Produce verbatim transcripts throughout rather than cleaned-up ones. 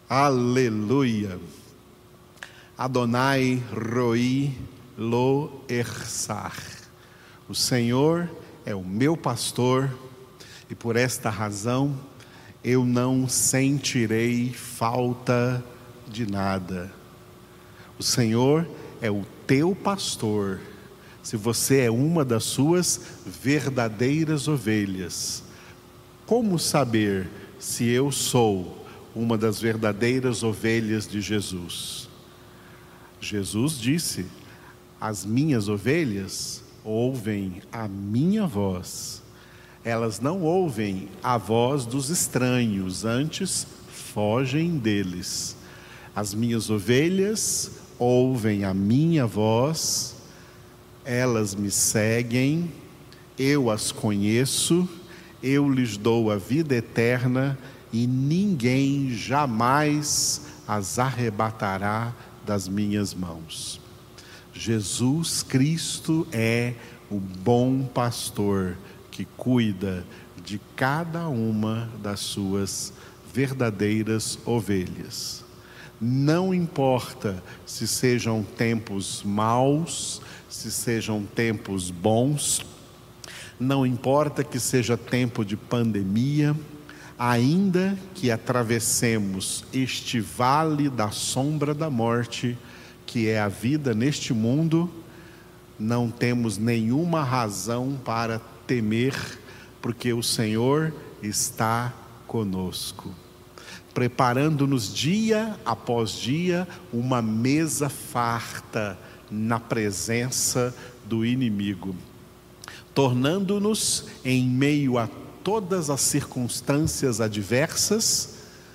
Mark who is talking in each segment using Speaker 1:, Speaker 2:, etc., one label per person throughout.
Speaker 1: Aleluia. Adonai roi lo ersar. O Senhor é o meu pastor e por esta razão eu não sentirei falta de nada. O Senhor é o teu pastor. Se você é uma das suas verdadeiras ovelhas, como saber se eu sou uma das verdadeiras ovelhas de Jesus? Jesus disse: as minhas ovelhas ouvem a minha voz. Elas não ouvem a voz dos estranhos, antes fogem deles. As minhas ovelhas ouvem a minha voz, elas me seguem, eu as conheço, eu lhes dou a vida eterna e ninguém jamais as arrebatará das minhas mãos. Jesus Cristo é o bom pastor que cuida de cada uma das suas verdadeiras ovelhas. Não importa se sejam tempos maus, se sejam tempos bons, não importa que seja tempo de pandemia, ainda que atravessemos este vale da sombra da morte, que é a vida neste mundo, não temos nenhuma razão para temer, porque o Senhor está conosco, preparando-nos dia após dia uma mesa farta na presença do inimigo, tornando-nos em meio a todas as circunstâncias adversas,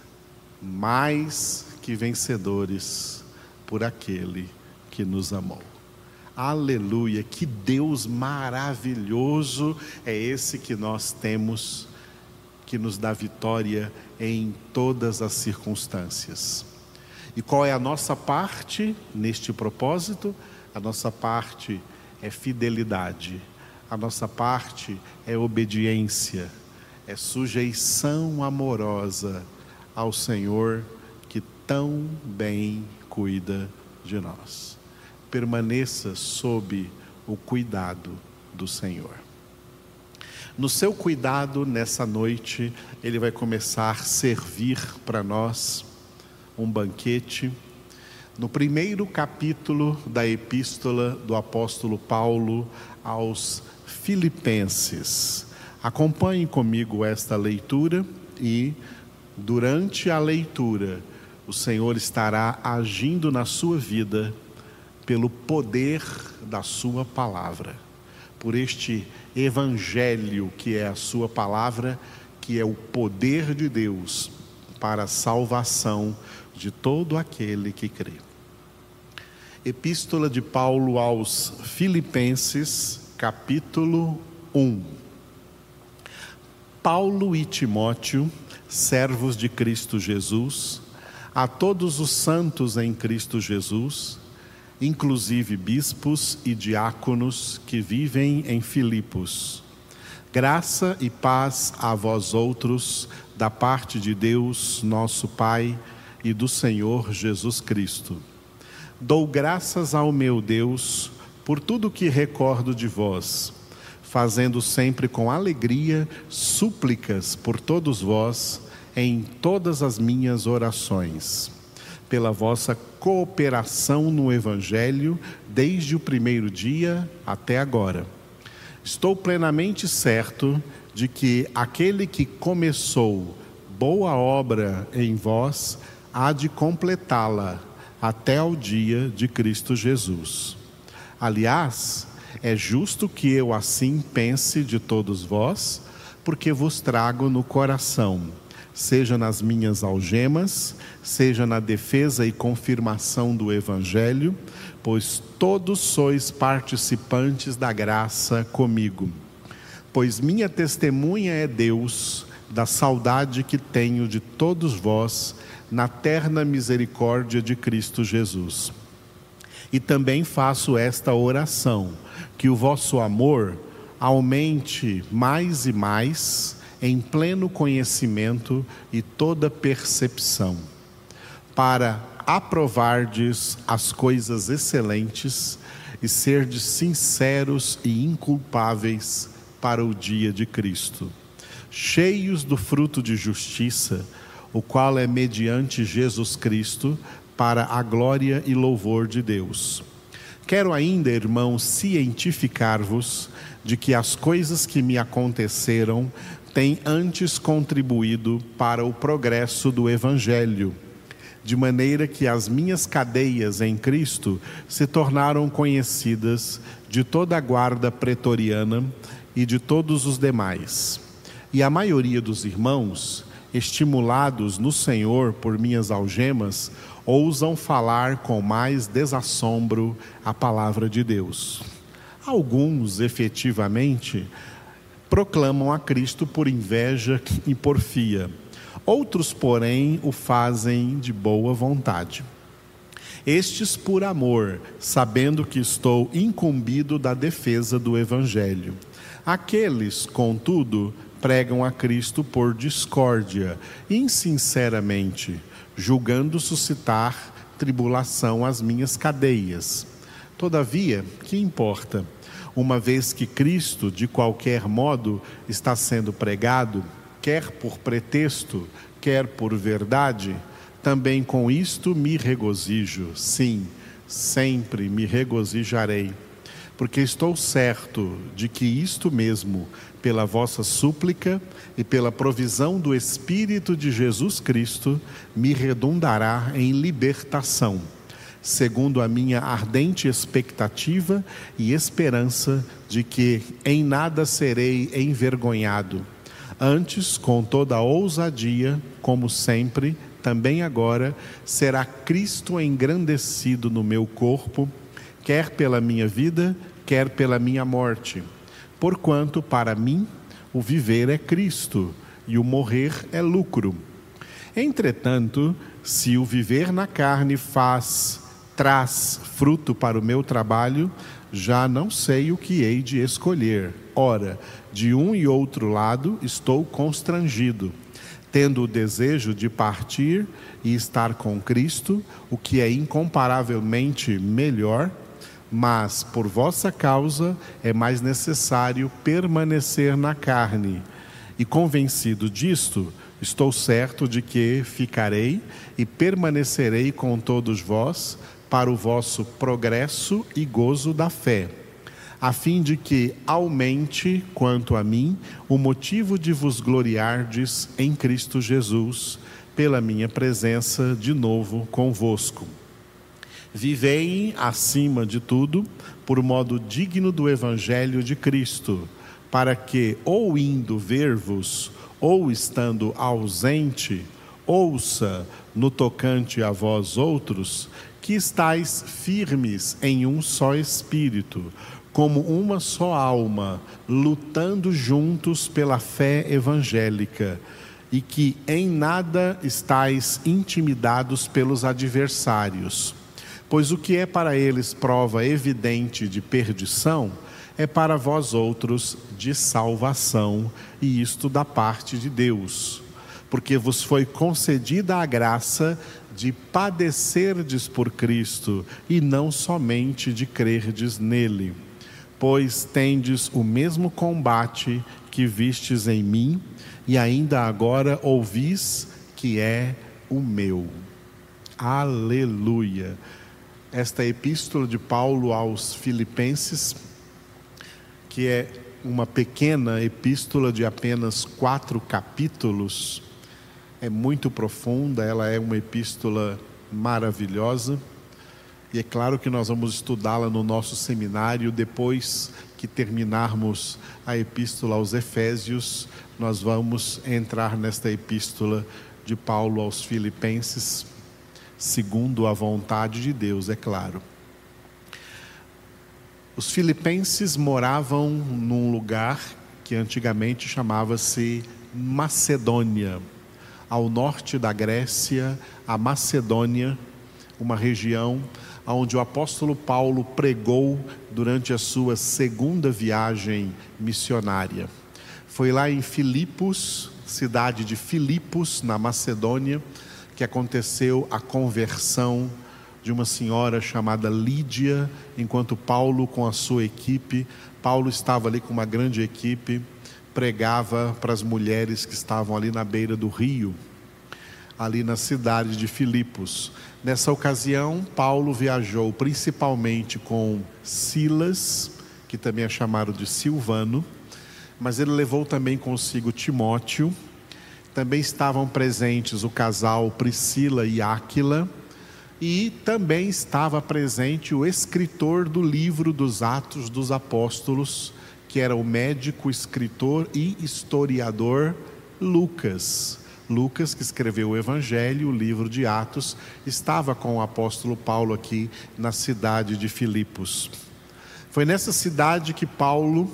Speaker 1: mais que vencedores por aquele que nos amou. Aleluia, que Deus maravilhoso é esse que nós temos, que nos dá vitória em todas as circunstâncias. E qual é a nossa parte neste propósito? A nossa parte é fidelidade, a nossa parte é obediência, é sujeição amorosa ao Senhor que tão bem cuida de nós. Permaneça sob o cuidado do Senhor. No seu cuidado, nessa noite, Ele vai começar a servir para nós um banquete. No primeiro capítulo da epístola do apóstolo Paulo aos Filipenses. Acompanhe comigo esta leitura e, durante a leitura, o Senhor estará agindo na sua vida pelo poder da sua palavra, por este evangelho que é a sua palavra, que é o poder de Deus para a salvação de todo aquele que crê. Epístola de Paulo aos Filipenses, capítulo um. Paulo e Timóteo, servos de Cristo Jesus, a todos os santos em Cristo Jesus, inclusive bispos e diáconos que vivem em Filipos. Graça e paz a vós outros, da parte de Deus, nosso Pai, e do Senhor Jesus Cristo. Dou graças ao meu Deus por tudo que recordo de vós, fazendo sempre com alegria súplicas por todos vós em todas as minhas orações, pela vossa cooperação no Evangelho desde o primeiro dia até agora. Estou plenamente certo de que aquele que começou boa obra em vós há de completá-la até ao dia de Cristo Jesus. Aliás, é justo que eu assim pense de todos vós, porque vos trago no coração, seja nas minhas algemas, seja na defesa e confirmação do Evangelho, pois todos sois participantes da graça comigo. Pois minha testemunha é Deus, da saudade que tenho de todos vós, na terna misericórdia de Cristo Jesus. E também faço esta oração, que o vosso amor aumente mais e mais, em pleno conhecimento e toda percepção, para aprovardes as coisas excelentes e serdes sinceros e inculpáveis para o dia de Cristo, cheios do fruto de justiça, o qual é mediante Jesus Cristo, para a glória e louvor de Deus. Quero ainda, irmãos, cientificar-vos de que as coisas que me aconteceram têm antes contribuído para o progresso do Evangelho, de maneira que as minhas cadeias em Cristo se tornaram conhecidas de toda a guarda pretoriana e de todos os demais. E a maioria dos irmãos, estimulados no Senhor por minhas algemas, ousam falar com mais desassombro a palavra de Deus. Alguns, efetivamente, proclamam a Cristo por inveja e porfia. Outros, porém, o fazem de boa vontade. Estes por amor, sabendo que estou incumbido da defesa do Evangelho. Aqueles, contudo, pregam a Cristo por discórdia, insinceramente, julgando suscitar tribulação às minhas cadeias. Todavia, que importa? Uma vez que Cristo, de qualquer modo, está sendo pregado, quer por pretexto, quer por verdade, também com isto me regozijo. Sim, sempre me regozijarei, porque estou certo de que isto mesmo, pela vossa súplica e pela provisão do Espírito de Jesus Cristo, me redundará em libertação, segundo a minha ardente expectativa e esperança de que em nada serei envergonhado. Antes, com toda a ousadia, como sempre, também agora, será Cristo engrandecido no meu corpo, quer pela minha vida, quer pela minha morte. Porquanto, para mim, o viver é Cristo e o morrer é lucro. Entretanto, se o viver na carne faz, traz fruto para o meu trabalho, já não sei o que hei de escolher. Ora, de um e outro lado estou constrangido, tendo o desejo de partir e estar com Cristo, o que é incomparavelmente melhor, mas por vossa causa é mais necessário permanecer na carne. E convencido disto, estou certo de que ficarei e permanecerei com todos vós para o vosso progresso e gozo da fé, a fim de que aumente, quanto a mim, o motivo de vos gloriardes em Cristo Jesus, pela minha presença de novo convosco. Vivei, acima de tudo, por modo digno do Evangelho de Cristo, para que, ou indo ver-vos, ou estando ausente, ouça, no tocante a vós outros, que estáis firmes em um só Espírito, como uma só alma, lutando juntos pela fé evangélica, e que em nada estáis intimidados pelos adversários. Pois o que é para eles prova evidente de perdição, é para vós outros de salvação, e isto da parte de Deus. Porque vos foi concedida a graça de padecerdes por Cristo, e não somente de crerdes nele. Pois tendes o mesmo combate que vistes em mim, e ainda agora ouvis que é o meu. Aleluia! Esta epístola de Paulo aos Filipenses, que é uma pequena epístola de apenas quatro capítulos, é muito profunda, ela é uma epístola maravilhosa, e é claro que nós vamos estudá-la no nosso seminário. Depois que terminarmos a epístola aos Efésios, nós vamos entrar nesta epístola de Paulo aos Filipenses, segundo a vontade de Deus, é claro. Os filipenses moravam num lugar que antigamente chamava-se Macedônia. Ao norte da Grécia, a Macedônia, uma região onde o apóstolo Paulo pregou durante a sua segunda viagem missionária. Foi lá em Filipos, cidade de Filipos, na Macedônia, que aconteceu a conversão de uma senhora chamada Lídia, enquanto Paulo com a sua equipe, Paulo estava ali com uma grande equipe, pregava para as mulheres que estavam ali na beira do rio, ali na cidade de Filipos. Nessa ocasião, Paulo viajou principalmente com Silas, que também é chamado de Silvano, mas ele levou também consigo Timóteo. Também estavam presentes o casal Priscila e Áquila, e também estava presente o escritor do livro dos Atos dos Apóstolos, que era o médico, escritor e historiador Lucas. Lucas, que escreveu o Evangelho, o livro de Atos, estava com o apóstolo Paulo aqui na cidade de Filipos. Foi nessa cidade que Paulo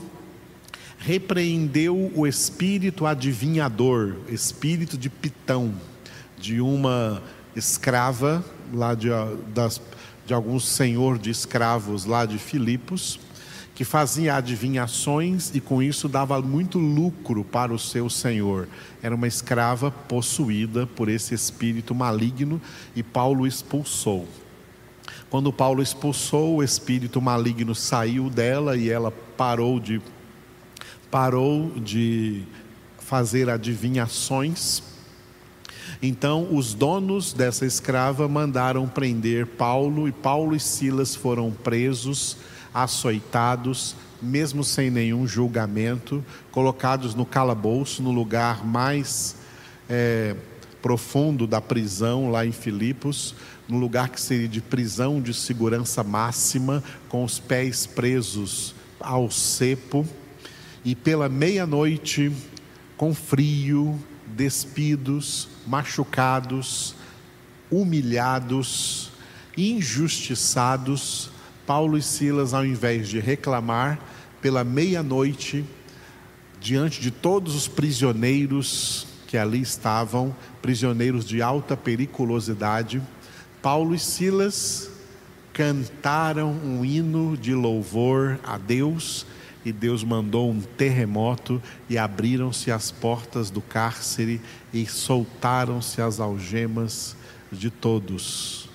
Speaker 1: repreendeu o espírito adivinhador, espírito de Pitão, de uma escrava lá de, das, de algum senhor de escravos lá de Filipos, que fazia adivinhações e com isso dava muito lucro para o seu senhor. Era uma escrava possuída por esse espírito maligno e Paulo expulsou. Quando Paulo expulsou, o espírito maligno saiu dela e ela parou de, parou de fazer adivinhações. Então os donos dessa escrava mandaram prender Paulo, e Paulo e Silas foram presos, açoitados, mesmo sem nenhum julgamento, colocados no calabouço, no lugar mais é, profundo da prisão lá em Filipos, no lugar que seria de prisão de segurança máxima, com os pés presos ao cepo, e pela meia-noite, com frio, despidos, machucados, humilhados, injustiçados, Paulo e Silas, ao invés de reclamar, pela meia-noite, diante de todos os prisioneiros que ali estavam, prisioneiros de alta periculosidade, Paulo e Silas cantaram um hino de louvor a Deus, e Deus mandou um terremoto e abriram-se as portas do cárcere e soltaram-se as algemas de todos.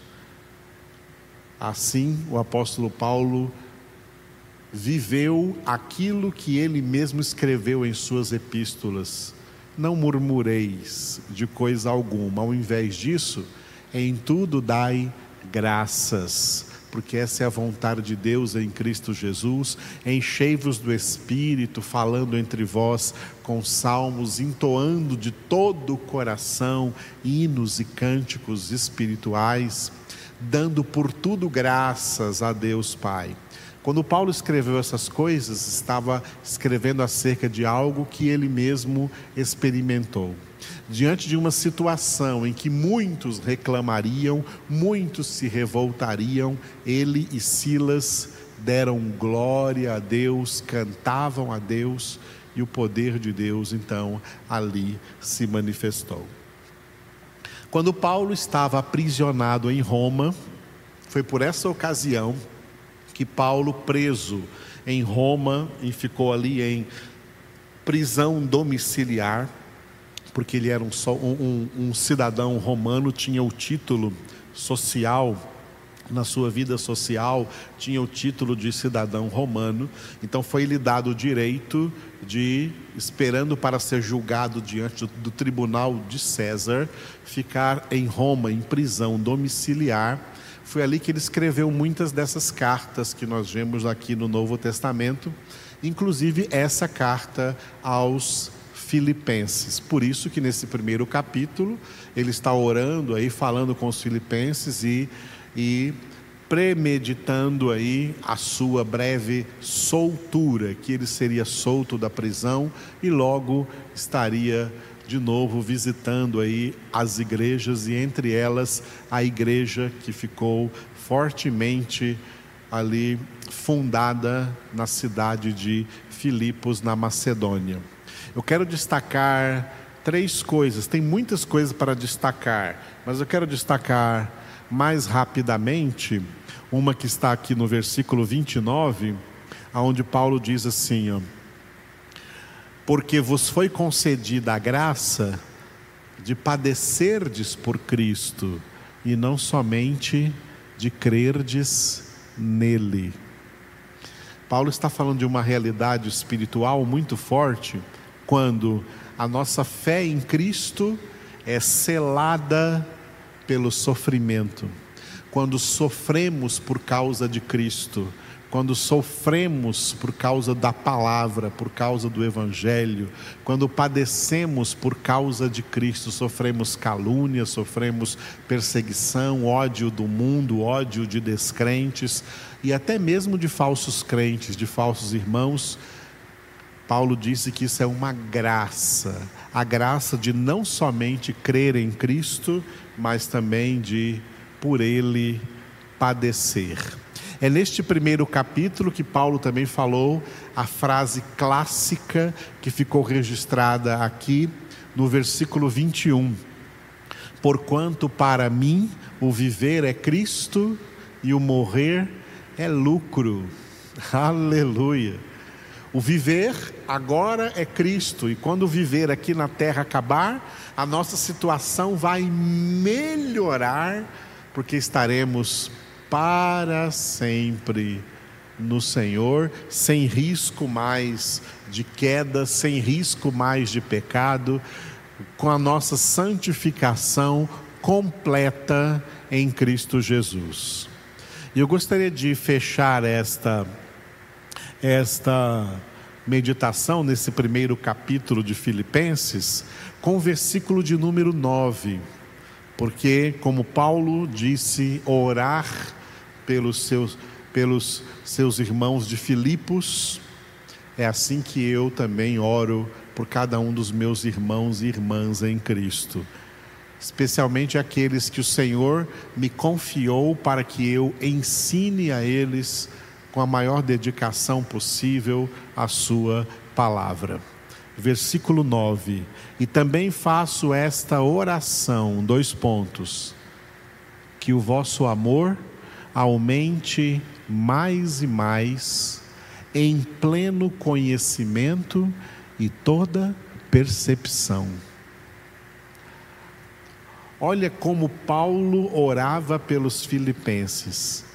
Speaker 1: Assim, o apóstolo Paulo viveu aquilo que ele mesmo escreveu em suas epístolas: não murmureis de coisa alguma, ao invés disso, em tudo dai graças, porque essa é a vontade de Deus em Cristo Jesus. Enchei-vos do Espírito, falando entre vós com salmos, entoando de todo o coração hinos e cânticos espirituais, dando por tudo graças a Deus Pai. Quando Paulo escreveu essas coisas, estava escrevendo acerca de algo que ele mesmo experimentou. Diante de uma situação em que muitos reclamariam, muitos se revoltariam, ele e Silas deram glória a Deus, cantavam a Deus, e o poder de Deus então ali se manifestou. Quando Paulo estava aprisionado em Roma, foi por essa ocasião que Paulo, preso em Roma, e ficou ali em prisão domiciliar, porque ele era um, um, um cidadão romano, tinha o título social, na sua vida social, tinha o título de cidadão romano. Então foi-lhe dado o direito de, esperando para ser julgado diante do, do tribunal de César, ficar em Roma, em prisão domiciliar. Foi ali que ele escreveu muitas dessas cartas que nós vemos aqui no Novo Testamento, inclusive essa carta aos Filipenses. Por isso que nesse primeiro capítulo ele está orando aí, falando com os filipenses e, e premeditando aí a sua breve soltura, que ele seria solto da prisão e logo estaria de novo visitando aí as igrejas, e entre elas a igreja que ficou fortemente ali fundada na cidade de Filipos, na Macedônia. Eu quero destacar três coisas, tem muitas coisas para destacar, mas eu quero destacar mais rapidamente uma que está aqui no versículo vinte e nove, onde Paulo diz assim, ó: porque vos foi concedida a graça de padecerdes por Cristo e não somente de crerdes nele. Paulo está falando de uma realidade espiritual muito forte quando a nossa fé em Cristo é selada pelo sofrimento. Quando sofremos por causa de Cristo, quando sofremos por causa da palavra, por causa do Evangelho, quando padecemos por causa de Cristo, sofremos calúnia, sofremos perseguição, ódio do mundo, ódio de descrentes e até mesmo de falsos crentes, de falsos irmãos. Paulo disse que isso é uma graça, a graça de não somente crer em Cristo, mas também de, por Ele, padecer. É neste primeiro capítulo que Paulo também falou a frase clássica que ficou registrada aqui no versículo vinte e um. Porquanto para mim o viver é Cristo e o morrer é lucro. Aleluia! O viver agora é Cristo, e quando o viver aqui na terra acabar, a nossa situação vai melhorar, porque estaremos para sempre no Senhor, sem risco mais de queda, sem risco mais de pecado, com a nossa santificação completa em Cristo Jesus. E eu gostaria de fechar esta, esta meditação nesse primeiro capítulo de Filipenses com o versículo de número nove, porque, como Paulo disse, orar pelos seus, pelos seus irmãos de Filipos, é assim que eu também oro por cada um dos meus irmãos e irmãs em Cristo, especialmente aqueles que o Senhor me confiou para que eu ensine a eles com a maior dedicação possível a sua palavra. Versículo nove, e também faço esta oração, dois pontos, que o vosso amor aumente mais e mais em pleno conhecimento e toda percepção. Olha como Paulo orava pelos filipenses.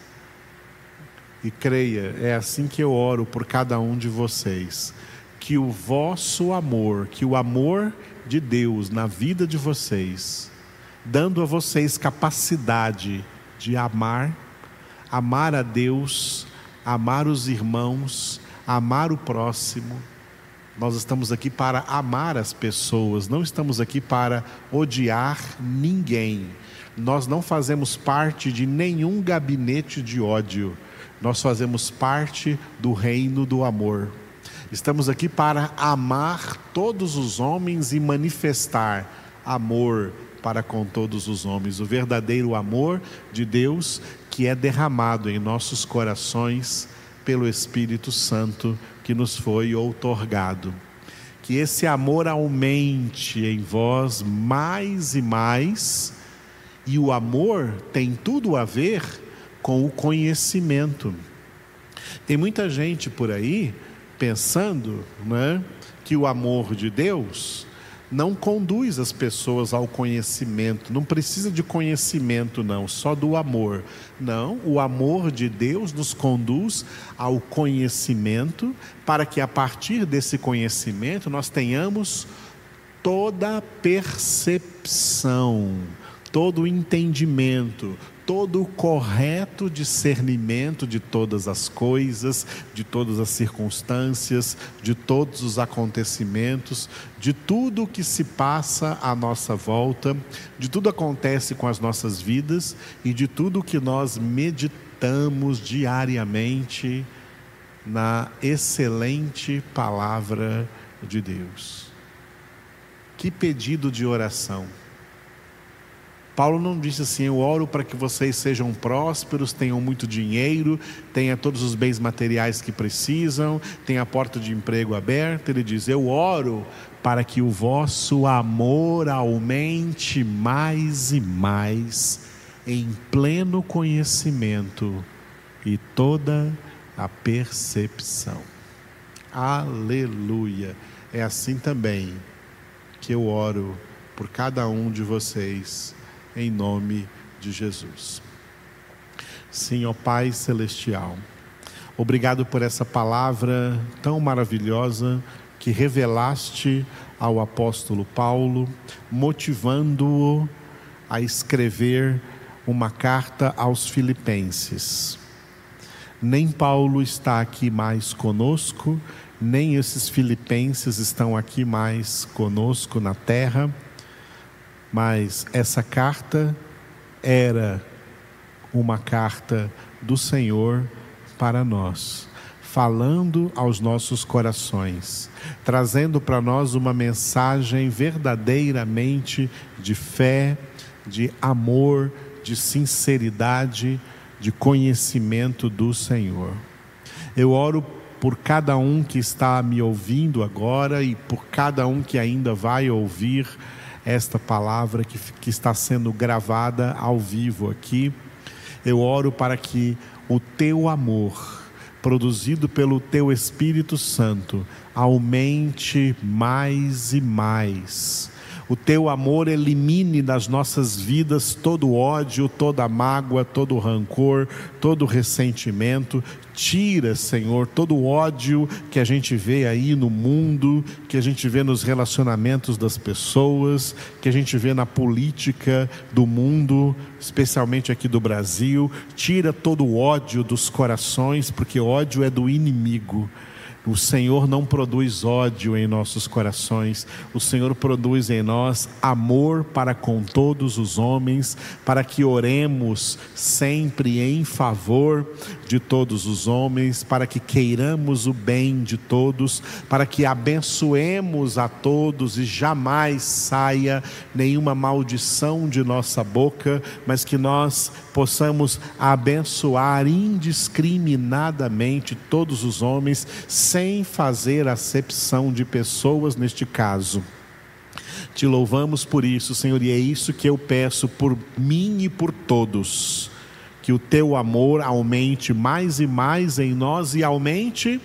Speaker 1: E creia, é assim que eu oro por cada um de vocês. Que o vosso amor, que o amor de Deus na vida de vocês, dando a vocês capacidade de amar, amar a Deus, amar os irmãos, amar o próximo. Nós estamos aqui para amar as pessoas, não estamos aqui para odiar ninguém. Nós não fazemos parte de nenhum gabinete de ódio, nós fazemos parte do reino do amor. Estamos aqui para amar todos os homens e manifestar amor para com todos os homens, o verdadeiro amor de Deus que é derramado em nossos corações pelo Espírito Santo que nos foi outorgado. Que esse amor aumente em vós mais e mais, e o amor tem tudo a ver com o conhecimento. Tem muita gente por aí pensando, né, que o amor de Deus não conduz as pessoas ao conhecimento, não precisa de conhecimento não, só do amor. Não, o amor de Deus nos conduz ao conhecimento, para que a partir desse conhecimento nós tenhamos toda a percepção, todo o entendimento, todo o correto discernimento de todas as coisas, de todas as circunstâncias, de todos os acontecimentos, de tudo o que se passa à nossa volta, de tudo que acontece com as nossas vidas e de tudo que nós meditamos diariamente na excelente palavra de Deus. Que pedido de oração! Paulo não disse assim: eu oro para que vocês sejam prósperos, tenham muito dinheiro, tenham todos os bens materiais que precisam, tenham a porta de emprego aberta. Ele diz: eu oro para que o vosso amor aumente mais e mais em pleno conhecimento e toda a percepção. Aleluia! É assim também que eu oro por cada um de vocês, em nome de Jesus. Sim, ó Pai Celestial, obrigado por essa palavra tão maravilhosa que revelaste ao apóstolo Paulo, motivando-o a escrever uma carta aos Filipenses. Nem Paulo está aqui mais conosco, nem esses filipenses estão aqui mais conosco na terra, mas essa carta era uma carta do Senhor para nós, falando aos nossos corações, trazendo para nós uma mensagem verdadeiramente de fé, de amor, de sinceridade, de conhecimento do Senhor. Eu oro por cada um que está me ouvindo agora e por cada um que ainda vai ouvir esta palavra que, que está sendo gravada ao vivo aqui. Eu oro para que o teu amor, produzido pelo teu Espírito Santo, aumente mais e mais. O teu amor elimine das nossas vidas todo ódio, toda mágoa, todo rancor, todo ressentimento. Tira, Senhor, todo ódio que a gente vê aí no mundo, que a gente vê nos relacionamentos das pessoas, que a gente vê na política do mundo, especialmente aqui do Brasil. Tira todo o ódio dos corações, porque ódio é do inimigo. O Senhor não produz ódio em nossos corações. O Senhor produz em nós amor para com todos os homens, para que oremos sempre em favor de todos os homens, para que queiramos o bem de todos, para que abençoemos a todos e jamais saia nenhuma maldição de nossa boca, mas que nós possamos abençoar indiscriminadamente todos os homens, sem fazer acepção de pessoas neste caso. Te louvamos por isso, Senhor, e é isso que eu peço por mim e por todos, que o teu amor aumente mais e mais em nós e aumente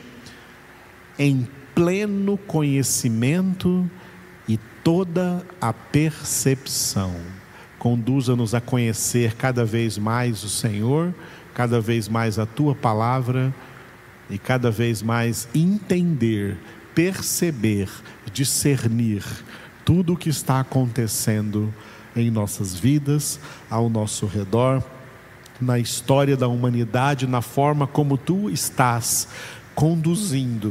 Speaker 1: em pleno conhecimento e toda a percepção. Conduza-nos a conhecer cada vez mais o Senhor, cada vez mais a tua palavra, e cada vez mais entender, perceber, discernir tudo o que está acontecendo em nossas vidas, ao nosso redor, na história da humanidade, na forma como tu estás conduzindo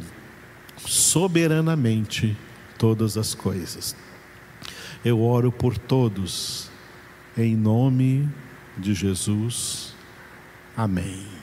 Speaker 1: soberanamente todas as coisas. Eu oro por todos, em nome de Jesus. Amém.